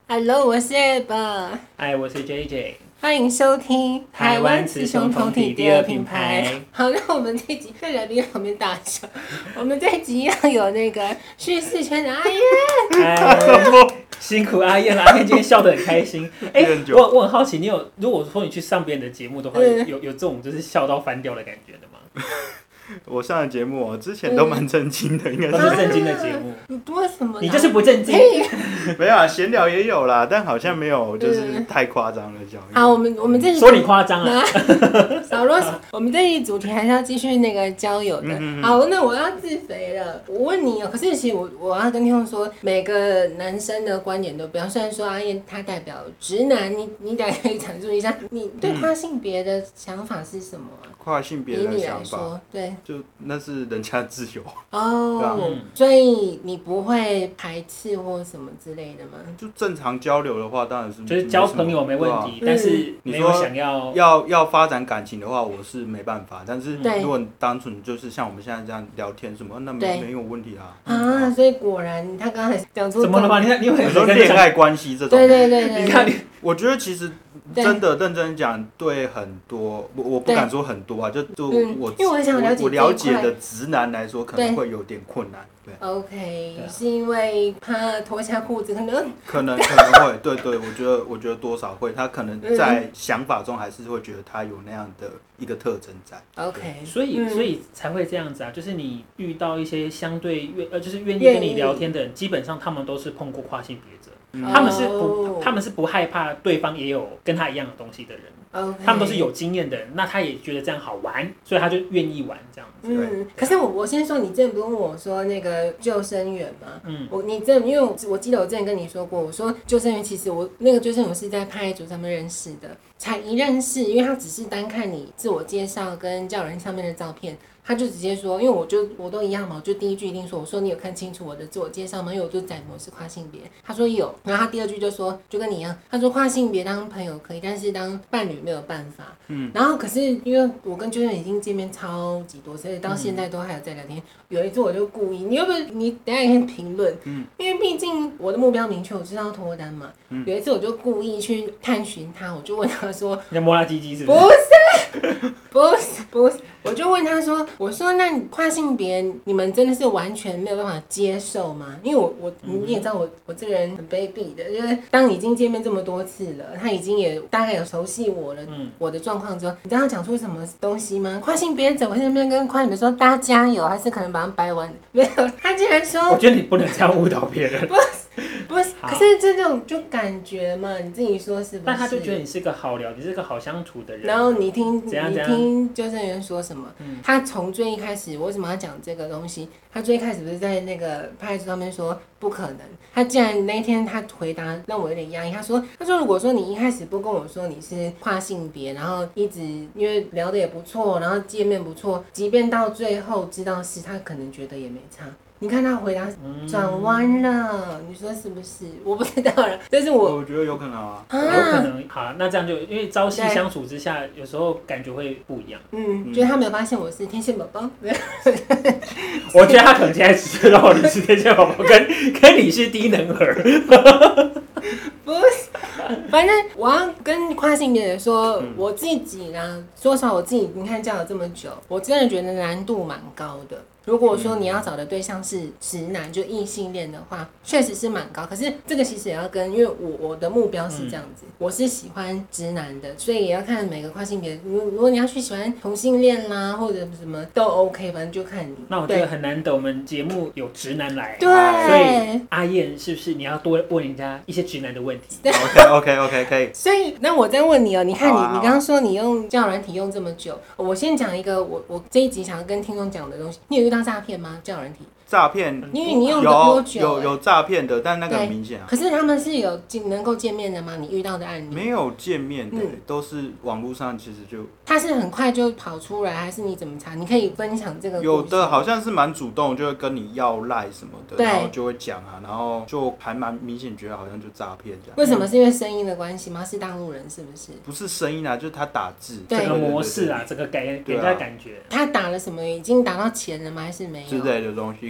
Hello， 我是 Ab， 嗨，我是 JJ， 欢迎收听台湾雌雄同体第二品牌。 好，那我们这集在来宾旁边大笑。我们这集要有那个叙事圈的阿燕， 辛苦阿燕了。阿燕今天笑得很开心。我很好奇，如果说你去上别人的节目的话，有这种就是笑到翻掉的感觉的吗？ 我上的节目之前都蛮正经的，应该是正经的节目。 为什么？ 你就是不正经。 没有啊，闲聊也有啦，但好像没有就是太夸张的教育。 好，我们这说你夸张啊。 少啰嗦。我们这一主题还是要继续那个交友的。好，那我要自肥了。我问你可是其实我要跟听众说，每个男生的观点都不一样。虽然说阿燕她代表直男，你大家可以阐述一下你对跨性别的想法是什么啊？ 跨性别的想法， 对， 就那是人家的自由哦，所以你不会排斥或什么之类的吗？ 就正常交流的话，当然是就是交朋友没问题，但是没有想要发展感情的话，我是没办法。但是如果单纯就是像我们现在这样聊天什么，那没有问题啊。 啊，所以果然他刚才讲出怎么了吗？你有说恋爱关系这种， 对， 你看你。 我觉得其实真的认真讲，对很多我不敢说很多啊，就我了解的直男来说，可能会有点困难。对 ，OK， 是因为怕脱下裤子可能会，对，我觉得多少会，他可能在想法中还是会觉得他有那样的一个特征在。 OK， 所以才会这样子啊，就是你遇到一些相对就是愿意跟你聊天的人，基本上他们都是碰过跨性别者。他们是不害怕对方也有跟他一样的东西的人，他们都是有经验的人，那他也觉得这样好玩，所以他就愿意玩这样子。 可是我先说，你之前不是问我说那个救生员吗？因为我记得我之前跟你说过，我说救生员其实我那个救生员是在派组上面认识的，才一认识，因为他只是单看你自我介绍跟交友软件上面的照片。他就直接说，因为我都一样嘛，我就第一句一定说，我说你有看清楚我的自我介绍吗？因为我就载模是跨性别。他说有，然后他第二句就说，就跟你一样，他说跨性别当朋友可以，但是当伴侣没有办法。然后可是因为我跟娟娟已经见面超级多，所以到现在都还有在聊天。有一次我就故意，你等一下可以评论，因为毕竟我的目标明确，我知道脱单嘛。有一次我就故意去探寻他，我就问他说， 你要摸他鸡鸡是不是？不是，我就问他说，我说那你跨性别你们真的是完全没有办法接受吗？因为你也知道我这个人很卑鄙的，就是当已经见面这么多次了，他已经也大概有熟悉我了，我的状况之后，你知道他讲出什么东西吗？跨性别者会在那边跟跨性别说大家加油，还是可能把他们掰弯？没有，他竟然说， 我觉得你不能这样误导别人。 不是，可是这种就感觉嘛，你自己说是不是？ 但他就觉得你是个好聊，你是个好相处的人。 然后你听救生员说什么？他从最一开始，我为什么要讲这个东西？他最一开始不是在那个派出所上面说不可能，他竟然那一天他回答让我有点压抑。他说如果说你一开始不跟我说你是跨性别，然后一直因为聊得也不错，然后见面不错，即便到最后知道是他可能觉得也没差。你看他回答转弯了，你说是不是？我不知道了，但是我觉得有可能啊， 有可能。好，那这样就因为朝夕相处之下，有时候感觉会不一样。 觉得他没有发现我是天线宝宝。 我觉得他可能现在只知道你是天线宝宝，跟你是低能儿。 不是，反正我要跟跨性别人说，我自己啦，说实话，我自己你看交了这么久，我真的觉得难度蛮高的。如果说你要找的对象是直男，就异性恋的话，确实是蛮高。可是这个其实也要跟，因为我的目标是这样子，我是喜欢直男的，所以也要看每个跨性别。如果你要去喜欢同性恋啦，或者什么都 OK， 反正就看你。 那我觉得很难得，我们节目有直男来， 对， 所以阿燕是不是你要多问人家一些直男的问题 ？OK， 可以。 所以那我再问你你看你刚刚说你用交友软体用这么久，我先讲一个我这一集想要跟听众讲的东西，你有遇到诈骗吗？交友软体诈骗， 因为你用的多久？ 有诈骗的，但那个很明显啊。 可是他们是有能够见面的吗？你遇到的案例没有见面的，都是网络上，其实就他是很快就跑出来，还是你怎么查？你可以分享这个故事。 有的好像是蛮主动，就会跟你要赖什么的，然后就会讲啊，然后就还蛮明显觉得好像就诈骗这样。 为什么？是因为声音的关系吗？是大陆人是不是？ 不是声音啊，就是他打字这个模式啊，这个给人家感觉。 他打了什么？已经打到钱了吗？还是没有之类的东西？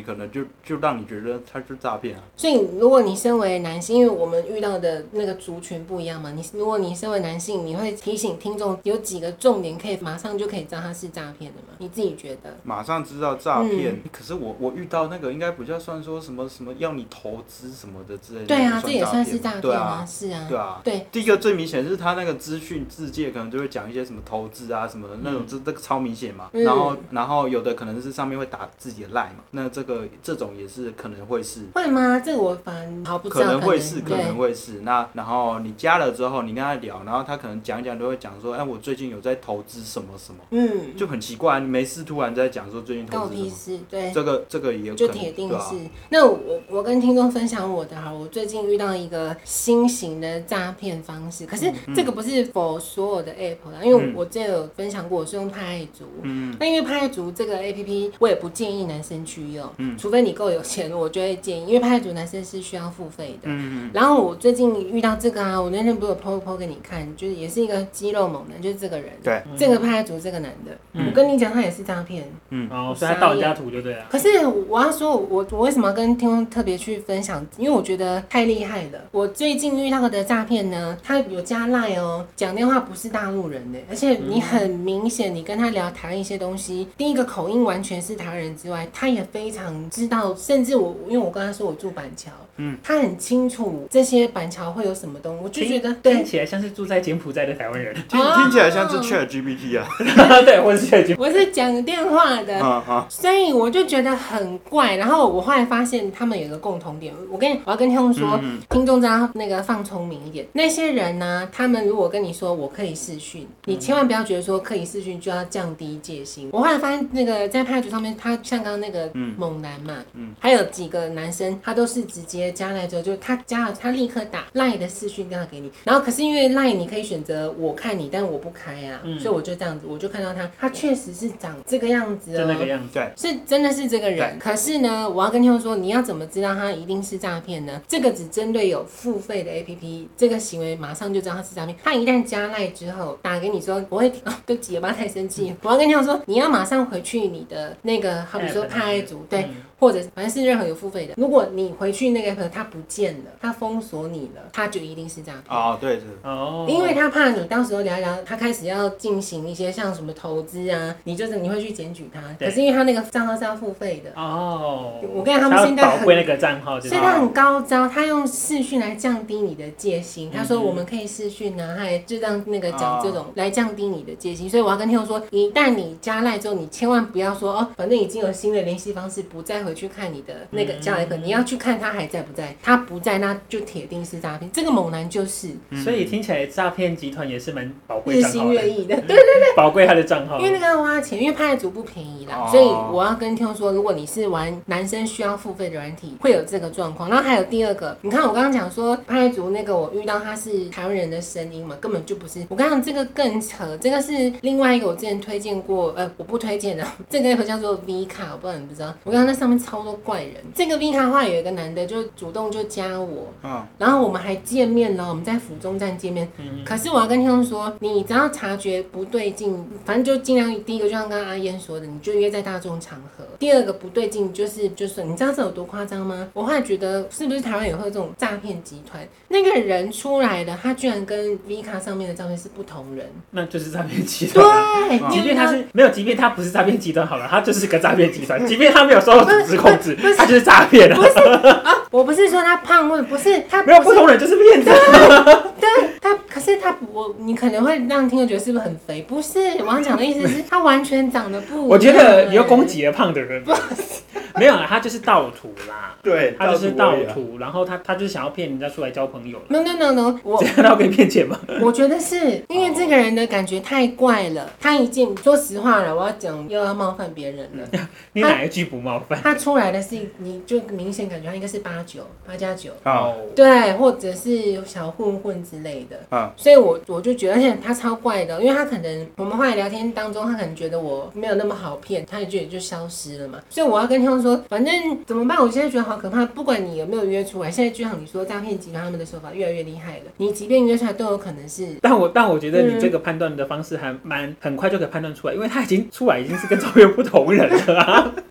可能就让你觉得它是诈骗啊。 所以如果你身为男性，因为我们遇到的那个族群不一样嘛，如果你身为男性，你会提醒听众有几个重点，可以马上就可以知道它是诈骗的吗？你自己觉得？ 马上知道诈骗，可是我遇到那个应该比较算说什么要你投资什么的之类的。 对啊，这也算是诈骗啊，是啊， 对啊， 对。 第一个最明显是他那个资讯自介可能就会讲一些什么投资啊什么的那种，这个超明显嘛。然后有的可能是上面会打自己的 line 嘛，那这种也是可能会是。 会吗？这个我反正好不知道。 可能会是。那然后你加了之后，你跟他聊，然后他可能讲都会讲说，我最近有在投资什么什么，就很奇怪，你没事突然在讲说最近投资什么。 对， 这个也有可能就铁定是。啊、那我跟听众分享我的哈，我最近遇到一个新型的诈骗方式，可是这个不是 for 所有的 app 啦，因为我之前有分享过，我是用派爱族，那因为派爱族这个 app 我也不建议男生去用，除非你够有钱，我就会建议，因为派爱族男生是需要付费的。然后我最近遇到这个啊，我那天不是有 po 给你看，就是也是一个肌肉猛男，就是这个人，对，这个派爱族这个男的，我跟你讲，他也是诈骗， 所以他盗人家图就对了。 可是我要说，我为什么要跟听众特别去分享？因为我觉得太厉害了。我最近遇到的诈骗呢，他有加 LINE 哦，讲电话不是大陆人的，而且你很明显，你跟他聊台湾一些东西，第一个口音完全是台湾人之外，他也非常知道，甚至因为我跟他说我住板桥，他很清楚这些板桥会有什么东西，我就觉得听起来像是住在柬埔寨的台湾人， 听起来像是 ChatGPT 啊， 对，或是 ChatGPT， 我是讲电话的，所以我就觉得很怪。然后我后来发现他们有一个共同点，我要跟听众说，听众知道那个放聪明一点，那些人呢，他们如果跟你说我可以视讯，你千万不要觉得说可以视讯就要降低戒心。我后来发现那个在派组上面，他像刚刚那个猛男嘛，还有几个男生，他都是直接加赖之后，就他加了，他立刻打赖的视讯电话给你。然后可是因为赖你可以选择我看你，但我不开啊，所以我就这样子，我就看到他确实是长这个样子就那个样子，对， 是真的是这个人。可是呢，我要跟听众说，你要怎么知道他一定是诈骗呢？这个只针对有付费的 APP， 这个行为马上就知道他是诈骗。他一旦加赖之后打给你说，我会对不起，也不要太生气。我要跟听众说，你要马上回去你的那个，好比说派爱族，对。或者反正是任何有付费的，如果你回去那个 app 它不见了，它封锁你了，它就一定是诈骗。 哦，对是。 哦。因为他怕你到时候聊一聊，他开始要进行一些像什么投资啊，你会去检举他。可是因为他那个账号是要付费的。哦。我跟你讲，他们现在很宝贵那个账号， 所以他很高招，他用视讯来降低你的戒心。他说我们可以视讯啊，他也就让那个讲这种来降低你的戒心。所以我要跟听众说，一旦你加赖之后，你千万不要说哦，反正已经有新的联系方式，不再回去看你的那个交友 app， 你要去看他还在不在，他不在，那就铁定是诈骗。这个猛男就是， 所以听起来诈骗集团也是蛮宝贵账号的， 日新月异的，对对对， 宝贵他的账号， 因为那个要花钱，因为派爱族不便宜啦，所以我要跟听众说，如果你是玩男生需要付费的软体，会有这个状况。然后还有第二个，你看我刚刚讲说派爱族那个，我遇到他是台湾人的声音嘛，根本就不是。我刚刚这个更扯，这个是另外一个我之前推荐过，我不推荐的，这个 app 叫做 V 卡，我不知道你不知道。我刚刚那上面超多怪人。这个 V 卡的话，有一个男的就主动就加我，然后我们还见面了，我们在府中站见面。可是我要跟听众说，你只要察觉不对劲，反正就尽量第一个就像刚刚阿燕说的，你就约在大众场合。第二个不对劲就是你知道这有多夸张吗？我后来觉得是不是台湾也会有这种诈骗集团？那个人出来的，他居然跟 V 卡上面的照片是不同人， 那就是诈骗集团。 对， 即便他是没有，即便他不是诈骗集团好了，他就是个诈骗集团。即便他没有受到组织控制，他就是诈骗。 不是啊，我不是说他胖或者不是他， 没有不同人就是骗子。 对，可是你可能会让听众觉得是不是很肥？不是，我要讲的意思是，他完全长得不一样。 我觉得你又攻击了胖的人。没有啦，他就是盗图啦。 对， 他就是盗图，然后他就是想要骗人家出来交朋友。 No， 这样他可以骗钱吗？ 我觉得是因为这个人的感觉太怪了。他一进，说实话了，我要讲又要冒犯别人了。 你哪一句不冒犯？ 他出来的是，你就明显感觉他应该是8+9 哦， 对，或者是小混混之类的。所以我就觉得，而且他超怪的，因为他可能我们后来聊天当中，他可能觉得我没有那么好骗，他也就消失了嘛。所以我要跟听众说，反正怎么办？我现在觉得好可怕。不管你有没有约出来，现在就像你说，诈骗集团他们的手法越来越厉害了。你即便约出来，都有可能是。 但我觉得你这个判断的方式还很快就可以判断出来，因为他已经出来，已经是跟照片不同人了啊。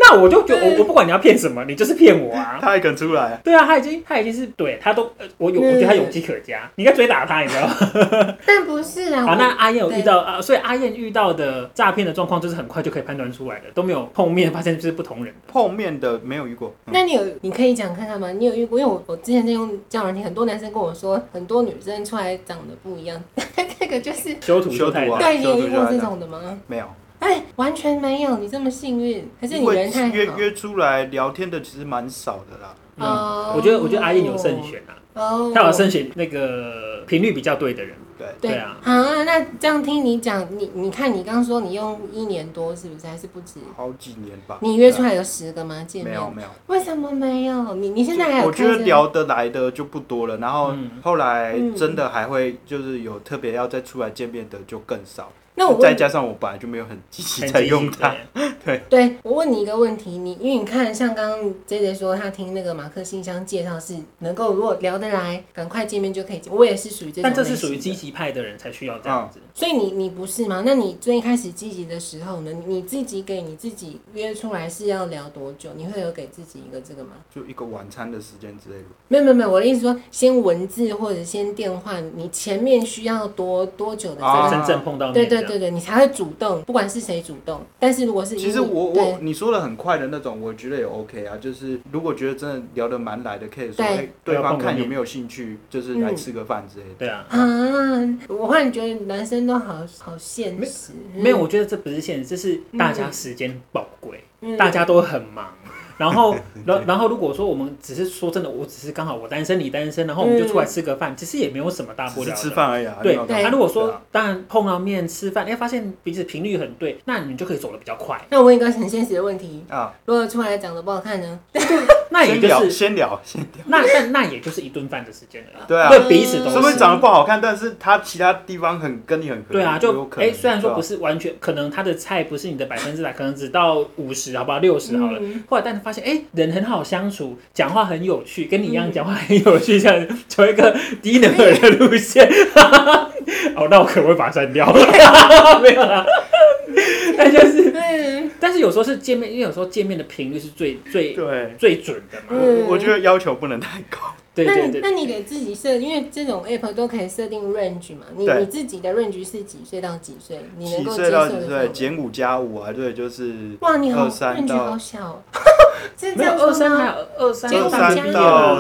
那我就觉得我不管你要骗什么，你就是骗我啊！ 他还肯出来， 对啊，他已经是对他都我觉得他勇气可嘉，你应该追打他，你知道吗？ 但不是啊。 好，那阿燕有遇到所以阿燕遇到的诈骗的状况就是很快就可以判断出来的，都没有碰面发现就是不同人的。 碰面的没有遇过。 那你可以讲看看吗？你有遇过？因为我之前在用交友软件，很多男生跟我说，很多女生出来长得不一样，这个就是修图啊。 对，你有遇过这种的吗？ 没有。 完全没有，你这么幸运，还是你人太好？ 约出来聊天的其实蛮少的啦。 我觉得阿燕有慎选啊，他有慎选那个频率比较对的人。对啊。 那这样听你讲，你看你刚说你用1年多是不是？还是不止？ 好几年吧。 你约出来有10个吗？见面？ 没有。 为什么没有？你现在还有？ 我觉得聊得来的就不多了，然后后来真的还会就是有特别要再出来见面的就更少。那再加上我本来就没有很积极在用它， 对，我问你一个问题，因为你看，像刚刚 JJ 说他听那个马克信箱介绍是能够如果聊得来，赶快见面就可以见。我也是属于这种， 但这是属于积极派的人才需要这样子。 所以你不是吗？那你最开始积极的时候呢？你自己给你自己约出来是要聊多久？你会有给自己一个这个吗？ 就一个晚餐的时间之类的。 没有，我的意思说，先文字或者先电话，你前面需要多久的真正碰到面？ 对，你才会主动，不管是谁主动。但是如果是其实你说的很快的那种，我觉得也 OK 啊。就是如果觉得真的聊得蛮来的，可以说对方看有没有兴趣，就是来吃个饭之类的。 对啊。 我忽然觉得男生都好现实。 没有，我觉得这不是现实，这是大家时间宝贵，大家都很忙。然后如果说我们只是说真的，我只是刚好我单身你单身，然后我们就出来吃个饭，其实也没有什么大不了的， 只是吃饭而已啊。 对，他如果说当然碰到面吃饭，发现彼此频率很对，那你们就可以走得比较快。 那我问一个很现实的问题啊，如果出来长得不好看呢？ 那也就是先聊。 那也就是一顿饭的时间而已。 对啊， 对彼此都是。 说不定长得不好看，但是他其他地方跟你很合。 对啊，就虽然说不是完全，可能他的菜不是你的100%，可能只到50，好不好，60好了。后来但是发现，人很好相处，讲话很有趣，跟你一样讲话很有趣，这样走一个低能儿的路线。那我可不可以把它删掉？没有啦。但是有时候是见面，因为有时候见面的频率是最准的嘛。 我觉得要求不能太高。 对。 那你给自己设，因为这种 app 都可以设定 range 嘛，你自己的 range 是几岁到几岁？你能够接受的？ 几岁到几岁？减5加5啊，对，就是哇，你好 ，range 好小。 没有23，还有 23到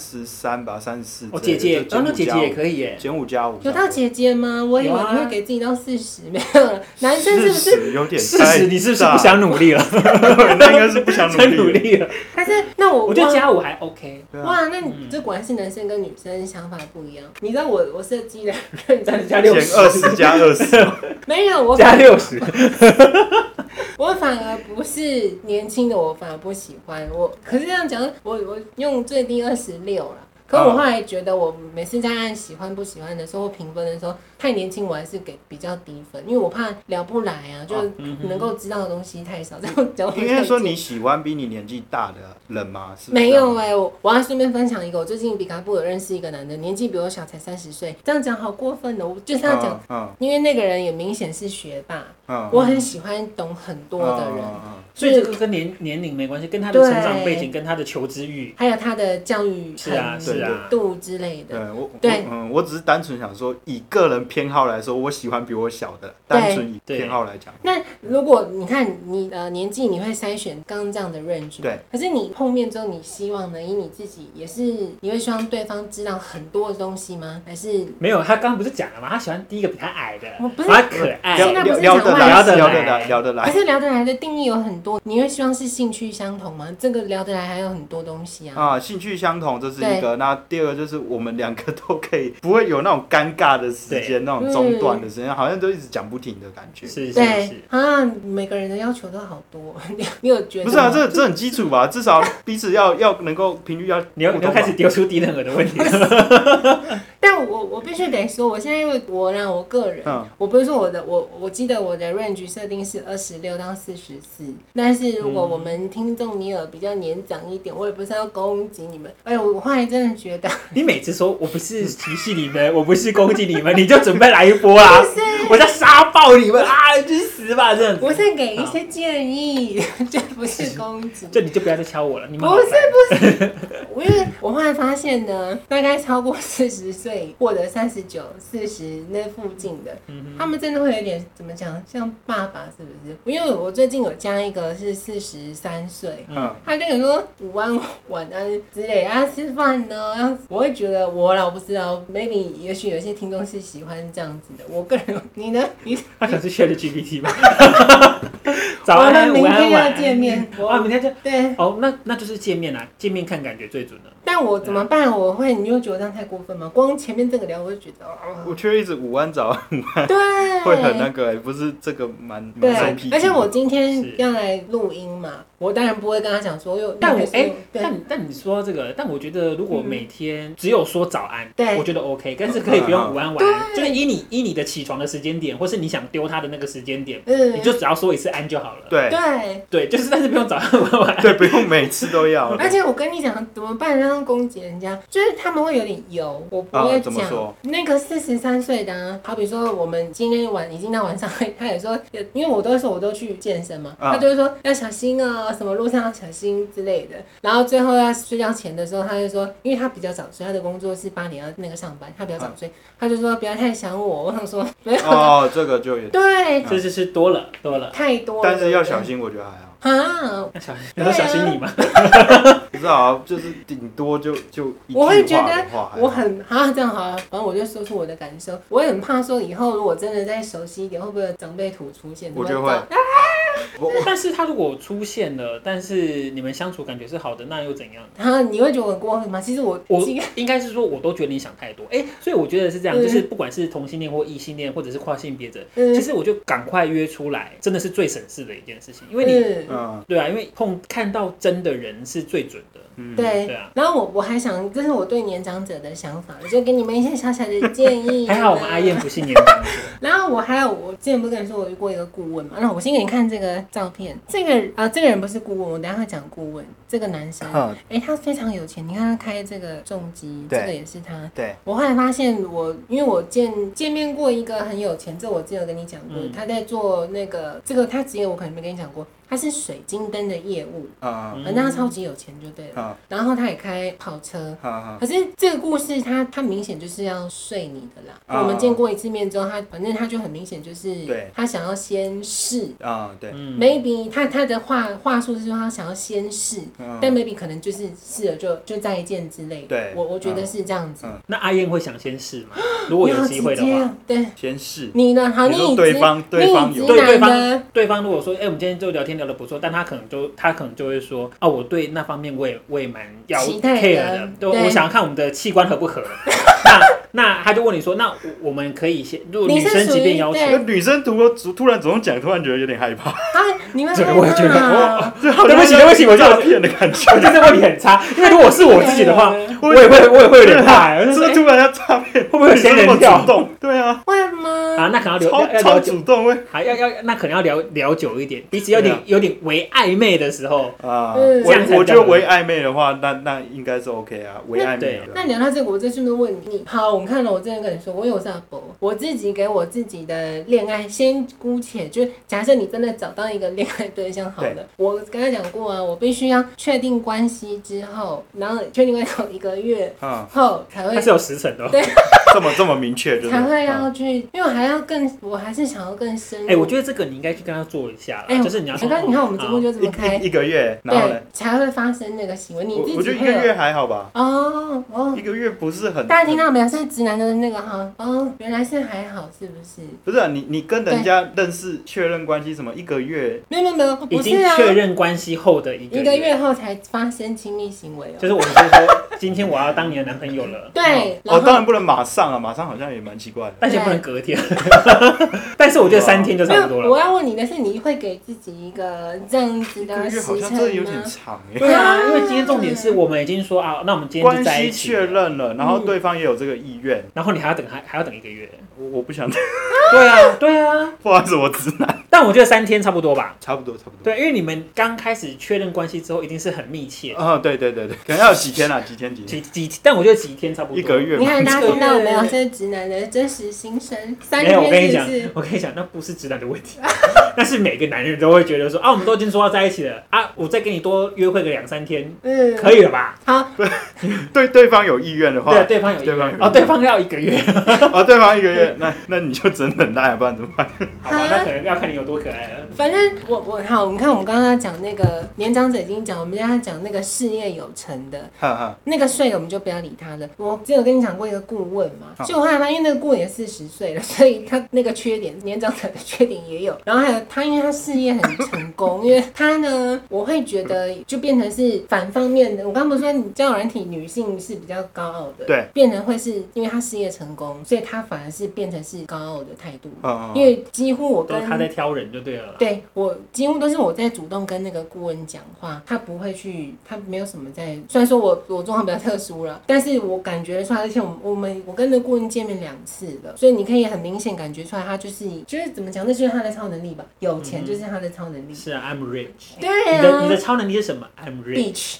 33吧，34。 姐姐，那姐姐也可以耶。 减5加5。 有到姐姐吗？我以为你会给自己到40，没有了。男生是不是有点 40？你是不是不想努力了？ 那应该是不想努力了。 但是那我觉得加5还 OK。 哇，那你这果然是男生跟女生想法不一样。你知道我设计的认真加60， 减20加20。 没有，我加60。 我反而不是年轻的，我反而不喜欢我。可是这样讲，我用最低26了。可我后来觉得，我每次在按喜欢不喜欢的时候，评分的时候，太年轻我还是给比较低分，因为我怕聊不来啊，就能够知道的东西太少。这样讲， 应该说你喜欢比你年纪大的人吗？ 没有我要顺便分享一个，我最近比卡布有认识一个男的，年纪比我小，才30岁。这样讲好过分的，我就是要讲，因为那个人也明显是学霸，我很喜欢懂很多的人。 所以这个跟年龄没关系，跟他的成长背景、跟他的求知欲， 还有他的教育度之类的。 我只是单纯想说，以个人偏好来说，我喜欢比我小的，单纯以偏好来讲。 那如果你看你年纪，你会筛选刚刚这样的 range， 对。 可是你碰面之后，你希望呢？以你自己也是，你会希望对方知道很多的东西吗？还是没有？他刚刚不是讲了吗？他喜欢第一个比他矮的， 不是他可爱， 聊得来。 可是聊得来的定义有很多，你会希望是兴趣相同吗？这个聊得来还有很多东西啊。 兴趣相同这是一个，那第二个就是我们2个都可以，不会有那种尴尬的时间，那种中断的时间，好像都一直讲不停的感觉。 是每个人的要求都好多，你有觉得？ 不是啊，这很基础吧？至少彼此要能够频率要。 你要开始丢出低能儿的问题。 但但我必须得说，我现在因为我个人，我不是说我记得我的 range 设定是26到44，但是如果我们听众你有比较年长一点，我也不是要攻击你们。我后来真的觉得， 你每次说我不是歧视你们，我不是攻击你们，你就准备来一波啦，我在杀爆你们啊，去死吧这样子。 我是给一些建议，就不是攻击。 就你就不要再敲我了，你们不是，因为我后来发现呢，大概超过40岁或者39、40那附近的，他们真的会有点怎么讲，像爸爸是不是？因为我最近有加一个是43岁，他跟你说午安晚安之类，吃饭呢，我会觉得我不知道 ，maybe 也许有些听众是喜欢这样子的，我个人，你呢？ 他想是 ChatGPT 吧？早安， 明天要午安， 见面， 明天就对。 那就是见面啦，见面看感觉最准了。 但我怎么办？你又觉得这样太过分吗？光前面这个聊，我就觉得我却一直午安早安午安， 对， 会很那个，不是这个蛮生僻。 而且我今天要来录音嘛，我当然不会跟他讲说，但你说这个，但我觉得如果每天只有说早安，我觉得 OK， 但是可以不用午安晚安，就是依你的起床的时间点，或是你想丢他的那个时间点，你就只要说一次安就好了。对，就是但是不用早安晚安， 对，不用每次都要。 而且我跟你讲怎么办，让攻击人家，就是他们会有点油，我不会讲。那个43岁的，好比说我们今天已经到晚上，他也说，因为我都说我都去健身嘛，他就会说要小心哦，什么路上要小心之类的。然后最后要睡觉前的时候，他就说，因为他比较早睡，他的工作是8点要那个上班，他比较早睡，他就说不要太想我。我想说没有这个就有对， 这是多了太多了， 但是要小心，我觉得还好。 要小心你吗？ 不知道啊，就是顶多就一句话的话， 我会觉得我很这样好了，反正我就说出我的感受。我也很怕说以后如果真的再熟悉一点，会不会有长辈图出现？ 我觉得会。 但是他如果出现了，但是你们相处感觉是好的，那又怎样？ 你会觉得我很过分吗？其实我应该是说，我都觉得你想太多。所以我觉得是这样，就是不管是同性恋或异性恋，或者是跨性别者，其实我就赶快约出来，真的是最省事的一件事情。因为你，对啊，因为看到真的人是最准的。 对啊。然后我还想，这是我对年长者的想法，我就给你们一些小小的建议。 还好我们阿燕不是年长者。 然后我之前不是跟你说我遇过一个顾问嘛？那我先给你看这个照片，这个人不是顾问，我等一下会讲顾问。这个男生，他非常有钱，你看他开这个重机，这个也是他。 对。 我后来发现因为我见面过一个很有钱，这我之前有跟你讲过，他在做那个他职业我可能没跟你讲过。他是水晶灯的业务，反正他超级有钱就对了。然后他也开跑车，可是这个故事他明显就是要睡你的啦。我们见过一次面之后，反正他就很明显就是他想要先试对 ，maybe 他的话术是说他想要先试，但 maybe 可能就是试了就再见之类的。 对， 我觉得是这样子。 那阿燕会想先试吗？如果有机会的话， 对， 先试。 你呢？好，你对方有对方如果说，我们今天就聊天聊得不错，但他可能就会说，我对那方面我也蛮要 care 的，我想要看我们的器官合不合。那他就问你说，那我们可以先，如果女生即便要求， 女生突然怎么讲，突然觉得有点害怕。 你们我也觉得， 对不起，我诈骗的感觉， 我觉得问题很差。因为如果是我自己的话，我也会有点怕。 这突然要诈骗， 会不会有仙人跳？ 对啊， 会吗？ 那可能要超主动， 那可能要聊久一点，彼此有点为暧昧的时候我觉得为暧昧的话，那应该是 OK 啊，为暧昧。 那聊到这个，我这顺便问你，好，我看了，我之前跟你说，我有啥不？我自己给我自己的恋爱，先姑且就假设你真的找到一个恋爱对象好了，我跟他讲过啊，我必须要确定关系之后，然后确定关系1个月后才会， 它是有时辰的， 对， 这么明确， 才会要去，因为我还是想要更深入。 我觉得这个你应该去跟他做一下啦，就是你要说， 你看我们节目就这么开 1个月，然后才会发生那个行为。你自己我觉得1个月还好吧？ 哦 ，1个月不是很。 大家听到没有？是直男的那个哈，原来是还好，是不是？ 不是啊，你跟人家认识确认关系什么1个月？ 没有， 已经确认关系后的1 个月后才发生亲密行为就是我们就说，今天我要当你的男朋友了。 对， 当然不能马上啊，马上好像也蛮奇怪的。 但是不能隔天，但是我觉得3天就差不多了。 我要问你的是，你会给自己一个这样子的时辰吗？ 好像真的有点长对啊，因为今天重点是我们已经说那我们今天就在一起， 关系确认了，然后对方也有这个意意愿， 然后你还要等1个月。 我不想。 对啊， 不好意思，我直男。 但我觉得3天差不多吧。 差不多。 对，因为你们刚开始确认关系之后，一定是很密切。 对，可能要有几天啦，几天。 但我觉得几天差不多。 1个月。 你看大家听到没有？这是直男的真实心声。 没有，我跟你讲，那不是直男的问题，那是每个男人都会觉得说我们都已经说要在一起了啊，我再跟你多约会个2-3天，可以了吧？ 好， 对方有意愿的话， 对，对方有意愿，对方要1个月， 对方1个月，那你就只能等待，不然怎么办？ 好吧，那可能要看你有多可爱了。 反正好，你看我们刚刚讲那个年长者已经讲，我们现在讲那个事业有成的，那个税我们就不要理他了。我之前有跟你讲过一个顾问嘛，就我后来发现那个顾问也40岁了，所以他那个缺点，年长者的缺点也有。然后还有他，因为他事业很成功，因为他呢，我会觉得就变成是反方面的。我刚刚不是说你交友软体女性是比较高傲的， 对， 变成会是因为他事业成功，所以他反而是变成是高傲的态度。因为几乎我跟他在挑人就对了。 对，我几乎都是我在主动跟那个顾问讲话，他不会去，他没有什么在。虽然说我状况比较特殊了，但是我感觉出来，而且我跟那个顾问见面2次了，所以你可以很明显感觉出来，他就是怎么讲，那就是他的超能力吧。有钱就是他的超能力。 是啊 ，I'm rich。 对啊。 你的超能力是什么 ？I'm rich。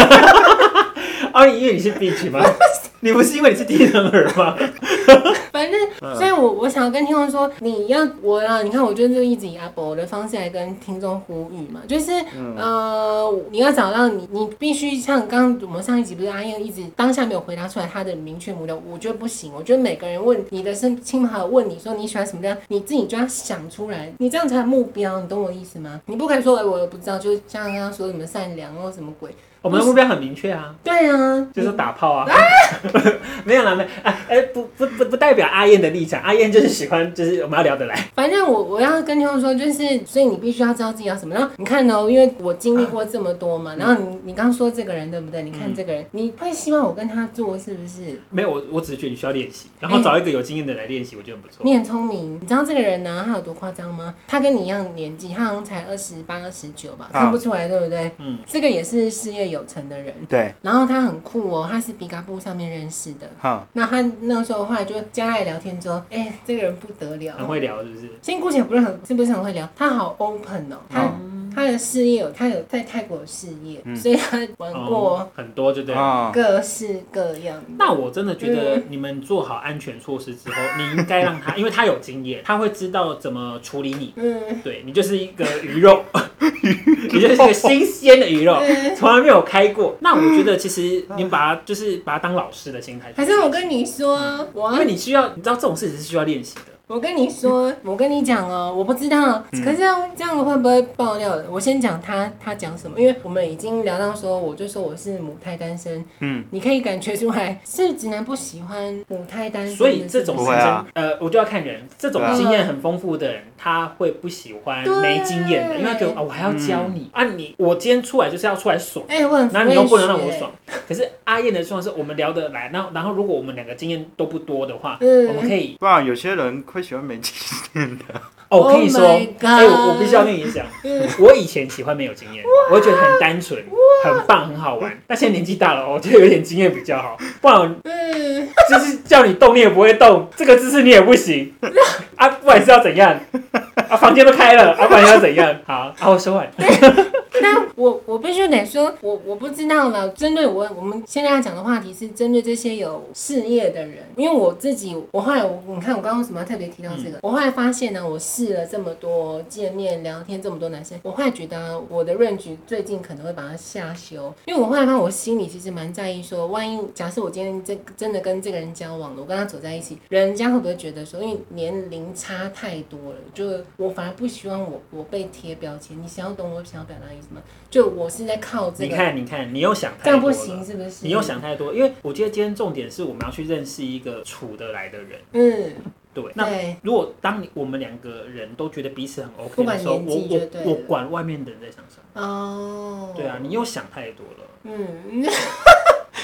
因为你是 bitch 吗？你不是因为你是低能儿吗？ 反正，所以我想要跟听众说，你看，我就一直以阿伯的方式来跟听众呼吁嘛，就是你要找到你必须像刚刚我们上一集不是阿燕一直当下没有回答出来他的明确目标，我觉得不行。我觉得每个人问你的亲朋好友问你说你喜欢什么样，你自己就要想出来，你这样才有目标，你懂我意思吗？你不可以说我不知道，就像刚刚说什么善良或什么鬼。 我们的目标很明确啊， 对啊， 就是打炮啊，没有啦，不代表阿燕的立场，阿燕就是喜欢，就是我们要聊得来。 反正我要跟听众说，就是所以你必须要知道自己要什么。然后你看因为我经历过这么多嘛，然后你刚说这个人对不对？你看这个人，你会希望我跟他做是不是？ 没有，我只是觉得你需要练习，然后找一个有经验的来练习，我觉得很不错。 你很聪明，你知道这个人呢，他有多夸张吗？他跟你一样年纪，他好像才28、29吧，看不出来对不对？这个也是事业有成的人， 对。 然后他很酷哦，他是比嘎布上面认识的。那他那个时候后来就加来聊天之后，这个人不得了， 很会聊，是不是？ 先姑且不是很会聊，他好 open 哦，他的事业他有在泰国有事业，所以他玩过很多，就对了， 各式各样。 那我真的觉得你们做好安全措施之后，你应该让他，因为他有经验，他会知道怎么处理你。对，你就是一个鱼肉，你就是一个新鲜的鱼肉，从来没有开过。那我觉得其实你把他当老师的心态。 还是我跟你说， 因为你知道这种事情是需要练习的。 我跟你说，我跟你讲哦，我不知道，可是这样会不会爆料的？我先讲他讲什么，因为我们已经聊到说，我就说我是母胎单身，你可以感觉出来是直男不喜欢母胎单身， 所以这种我就要看人，这种经验很丰富的人，他会不喜欢没经验的，因为他觉得我还要教你我今天出来就是要出来爽，然后你又不能让我爽。可是阿燕的状况是我们聊得来，然后如果我们2个经验都不多的话，我们可以， 不然有些人会喜欢没经验的。 我跟你说，我必须要跟你讲，我以前喜欢没有经验，我会觉得很单纯、很棒、很好玩。但现在年纪大了，我觉得有点经验比较好，不然就是叫你动你也不会动，这个姿势你也不行不然是要怎样？房间都开了不然要怎样？好，我说完。 那我必须得说，我不知道了。针对我们现在要讲的话题是针对这些有事业的人，因为我自己，我后来你看我刚刚为什么要特别提到这个？我后来发现呢，我试了这么多见面聊天，这么多男生，我后来觉得我的range最近可能会把它下修，因为我后来发现我心里其实蛮在意说，万一假设我今天真的跟这个人交往了，我跟他走在一起，人家会不会觉得说，因为年龄差太多了，就我反而不希望我被贴标签。你想要懂我想要表达的意思吗？就我是在靠这个。 你看，你又想太多了， 这样不行是不是？ 你又想太多，因为我觉得今天重点是我们要去认识一个处得来的人。对。那如果当我们2个人都觉得彼此很 OK 的时候，我管外面的人在想什么。对啊，你又想太多了。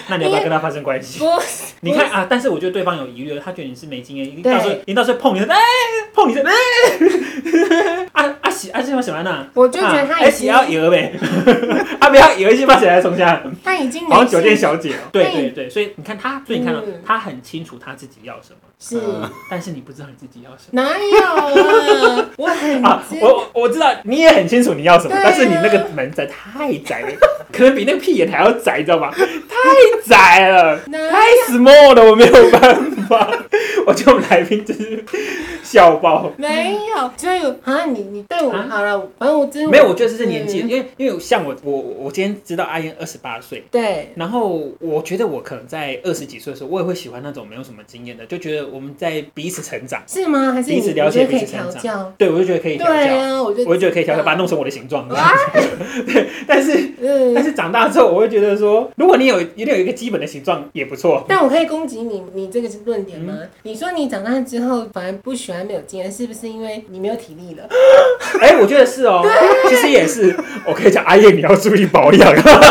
那你要不要跟他发生关系？你看啊，但是我觉得对方有疑虑，他觉得你是没经验，你到时候碰你，碰你的，喜欢什么呢？ 我就觉得他已经要赢呗，不要赢，先把谁来冲下。 他已经好像酒店小姐哦。对，所以你看他，他很清楚他自己要什么。 是， 但是你不知道你自己要什么。哪有啊？我很我知道你也很清楚你要什么，但是你那个门实在太窄了，可能比那个屁眼还要窄，你知道吗？太窄了，太 small 了，我没有办法。我觉得我们来宾真是笑爆。 没有，所以你对我好了，反正我真没有，我觉得这是年纪，因为像我今天知道阿燕28岁， 对， 然后我觉得我可能在20几岁的时候，我也会喜欢那种没有什么经验的，就觉得我们在彼此成长， 是吗？还是彼此了解彼此成长？对，我就觉得可以调教。 对啊，我就觉得可以调教，把它弄成我的形状。对，但是长大之后，我会觉得说，如果你一定有一个基本的形状也不错。 但我可以攻击你这个是论点吗？你说你长大之后反而不喜欢没有经验，是不是因为你没有体力了？ 我觉得是哦，其实也是。我可以讲阿燕，你要注意保养。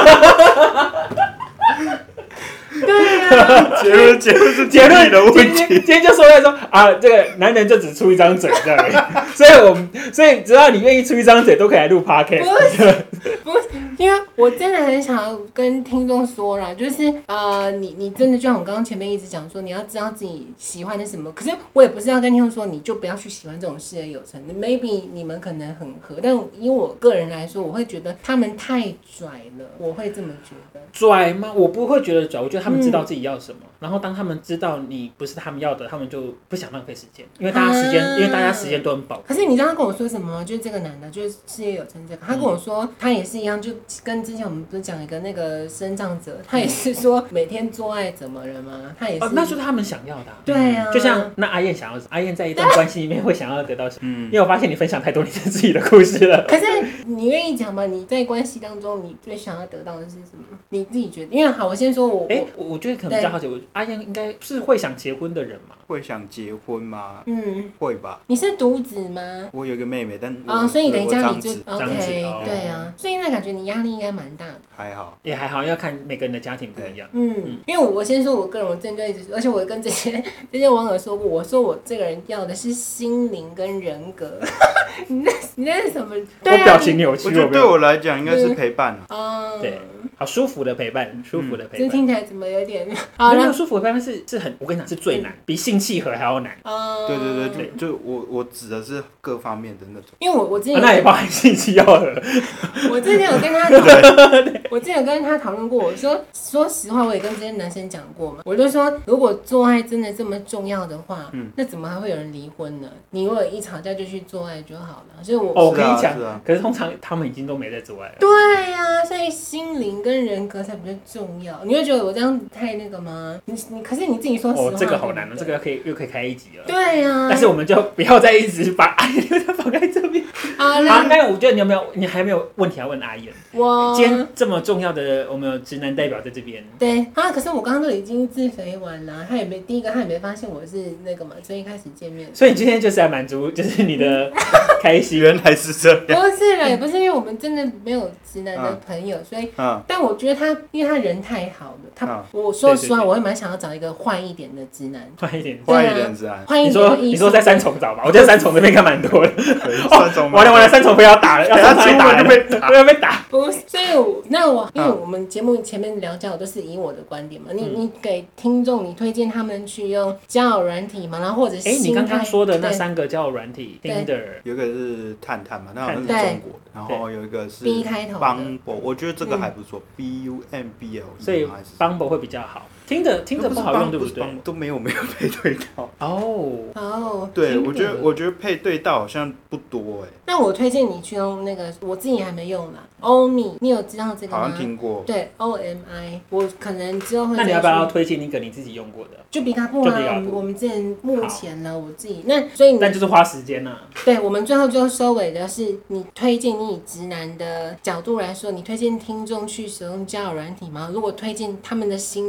对啊， 结论是体力的问题。 今天就说这个男人就只出一张嘴这样，所以只要你愿意出一张嘴，都可以来录 podcast。 不是，因为我真的很想要跟听众说啦，就是你真的就像我刚刚前面一直讲说，你要知道自己喜欢的什么。可是我也不是要跟听众说，你就不要去喜欢这种事业有成的。maybe 你们可能很合，但以我个人来说，我会觉得他们太拽了，我会这么觉得。 拽吗？我不会觉得拽，我觉得他们知道自己要什么，然后当他们知道你不是他们要的，他们就不想浪费时间，因为大家时间都很宝贵。 可是你知道他跟我说什么吗？就是这个男的，就是事业有成这个，他跟我说他也是一样，就跟之前我们不是讲一个那个身障者，他也是说每天做爱怎么了吗？他也是， 那就是他们想要的。 对啊， 就像那阿燕想要什么？阿燕在一段关系里面会想要得到什么？因为我发现你分享太多你自己的故事了。 可是你愿意讲吗？你在关系当中，你最想要得到的是什么？你自己觉得？因为好，我先说我觉得可能比较好奇，阿燕应该是会想结婚的人嘛？ 会想结婚吗？会吧。 你是独子吗？ 我有一个妹妹，但所以等家里就 OK， 对啊，所以那感觉你压力应该蛮大的。 还好， 也还好，要看每个人的家庭不一样。 因为我先说我个人，我真的一直，而且我跟这些网友说过，我说我这个人要的是心灵跟人格。你那是什么？ 我表情扭曲。 我觉得对我来讲应该是陪伴对，好舒服的陪伴，舒服的陪伴。 这听起来怎么有点？ 没有舒服的陪伴是很，我跟你讲是最难，比性契合还要难。 对，就我指的是各方面的那种。 因为我之前那也包含性契合。 我之前有跟他讨论过，我说实话，我也跟这些男生讲过嘛，我就说如果做爱真的这么重要的话，那怎么还会有人离婚呢？你如果一吵架就去做爱就好了。所以我跟你讲，可是通常他们已经都没在做爱了。 对啊，所以心灵跟人格才比较重要。你会觉得我这样太那个吗？可是你自己说实话。 这个好难，这个又可以开一集了。 对啊， 但是我们就不要再一直把阿燕放在这边。好，那我觉得你还没有问题要问阿燕。今天这么重要的，我们有直男代表在这边。 对啊，可是我刚刚都已经自肥完了，他也没发现我是那个嘛，所以一开始见面。 所以你今天就是来满足，就是你的开心。 原来是这样。 不是啦，也不是因为我们真的没有直男的朋友，所以，但我觉得他，因为他人太好了，我说实话，我会蛮想要找一个坏一点的直男。 坏一点直男。 你说在三重找吧，我觉得三重那边应该蛮多的。完了，三重被要打了，要上来打了，要被打。 不是，所以因为我们节目前面聊交友都是以我的观点嘛，你给听众你推荐他们去用交友软体嘛，然后或者你刚刚说的那3个交友软体 ，Tinder， 有一个是探探嘛，那好像是中国的，然后有一个是 B 开头 Bumble， 我觉得这个还不错，BUMBL， 所以 Bumble 会比较好。Tinder 不好用，对不对？ 都没有配对到。对，我觉得配对到好像不多哎。 那我推荐你去用那个，我自己还没用啦。OMI， 你有知道这个吗？ 好像听过。 对 ，OMI， 我可能之后会。 那你要不要推荐一个你自己用过的？ 就比卡布啊，我们之前目前呢，我自己所以但就是花时间啊。 对，我们最后就收尾的是，你推荐你以直男的角度来说，你推荐听众去使用交友软体吗？如果推荐，他们的心态要怎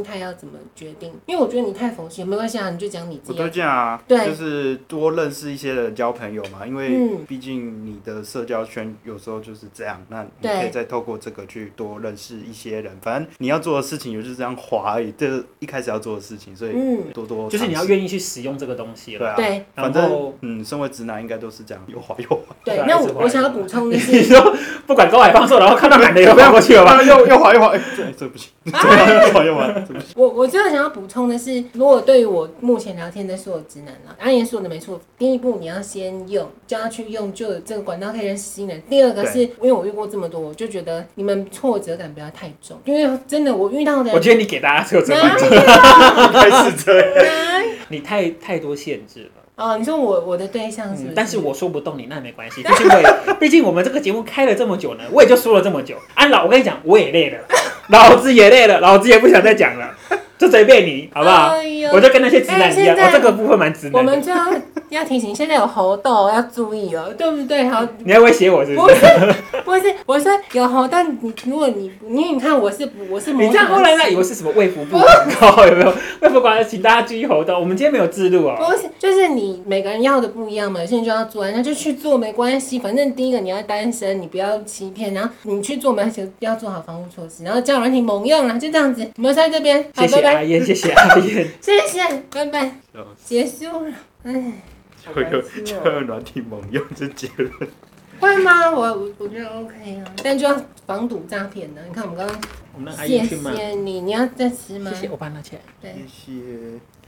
怎么决定？因为我觉得你太佛系，没关系啊，你就讲你自己。 我都这样啊， 对， 就是多认识一些人，交朋友嘛。因为毕竟你的社交圈有时候就是这样，那你可以再透过这个去多认识一些人。反正你要做的事情就是这样滑而已，这是一开始要做的事情，所以多就是你要愿意去使用这个东西了。 对啊， 对， 反正身为直男应该都是这样，又滑又滑。 对，那我想要补充的是， 你说不管高矮胖瘦，然后看到男的又滑过去了吧？ 又滑又滑，这不行，又滑又滑，这不行。 我最后想要补充的是，如果对于我目前聊天的所有直男啦，阿言说的没错，第一步你要先用，就要去用，就有这个管道可以认识新人。第二个是因为我遇过这么多，我就觉得你们挫折感不要太重，因为真的我遇到的， 我觉得你给大家挫折感重， 开始这样， 你太多限制了。 哦，你说我的对象是不是？ 但是我说不动你，那没关系，毕竟我们这个节目开了这么久呢，我也就说了这么久。我跟你讲，我也累了，老子也累了，老子也不想再讲了，就随便你，好不好？我就跟那些直男一样，我这个部分蛮直男的。 我们就要提醒，现在有猴痘，要注意哦，对不对？好， 你要威胁我是不是？不是，我说有猴痘，如果你看我是你这样后来以为是什么卫福部广告有没有？卫福广告请大家注意猴痘，我们今天没有置入哦。 不是，就是你每个人要的不一样嘛，有些人就要做，那就去做没关系，反正第一个你要单身，你不要欺骗，然后你去做没关系，要做好防护措施，然后交友软体猛用啦，就这样子。我们在这边， 谢谢阿燕，谢谢阿燕， 谢谢，拜拜，结束了，哎。 交友软体猛用这结论会吗？我觉得 OK 啊，但就要防堵诈骗的。你看我们刚刚， 我们阿燕去吗？ 谢谢你，你要再吃吗？ 谢谢，我帮他拿起来。 对， 谢谢。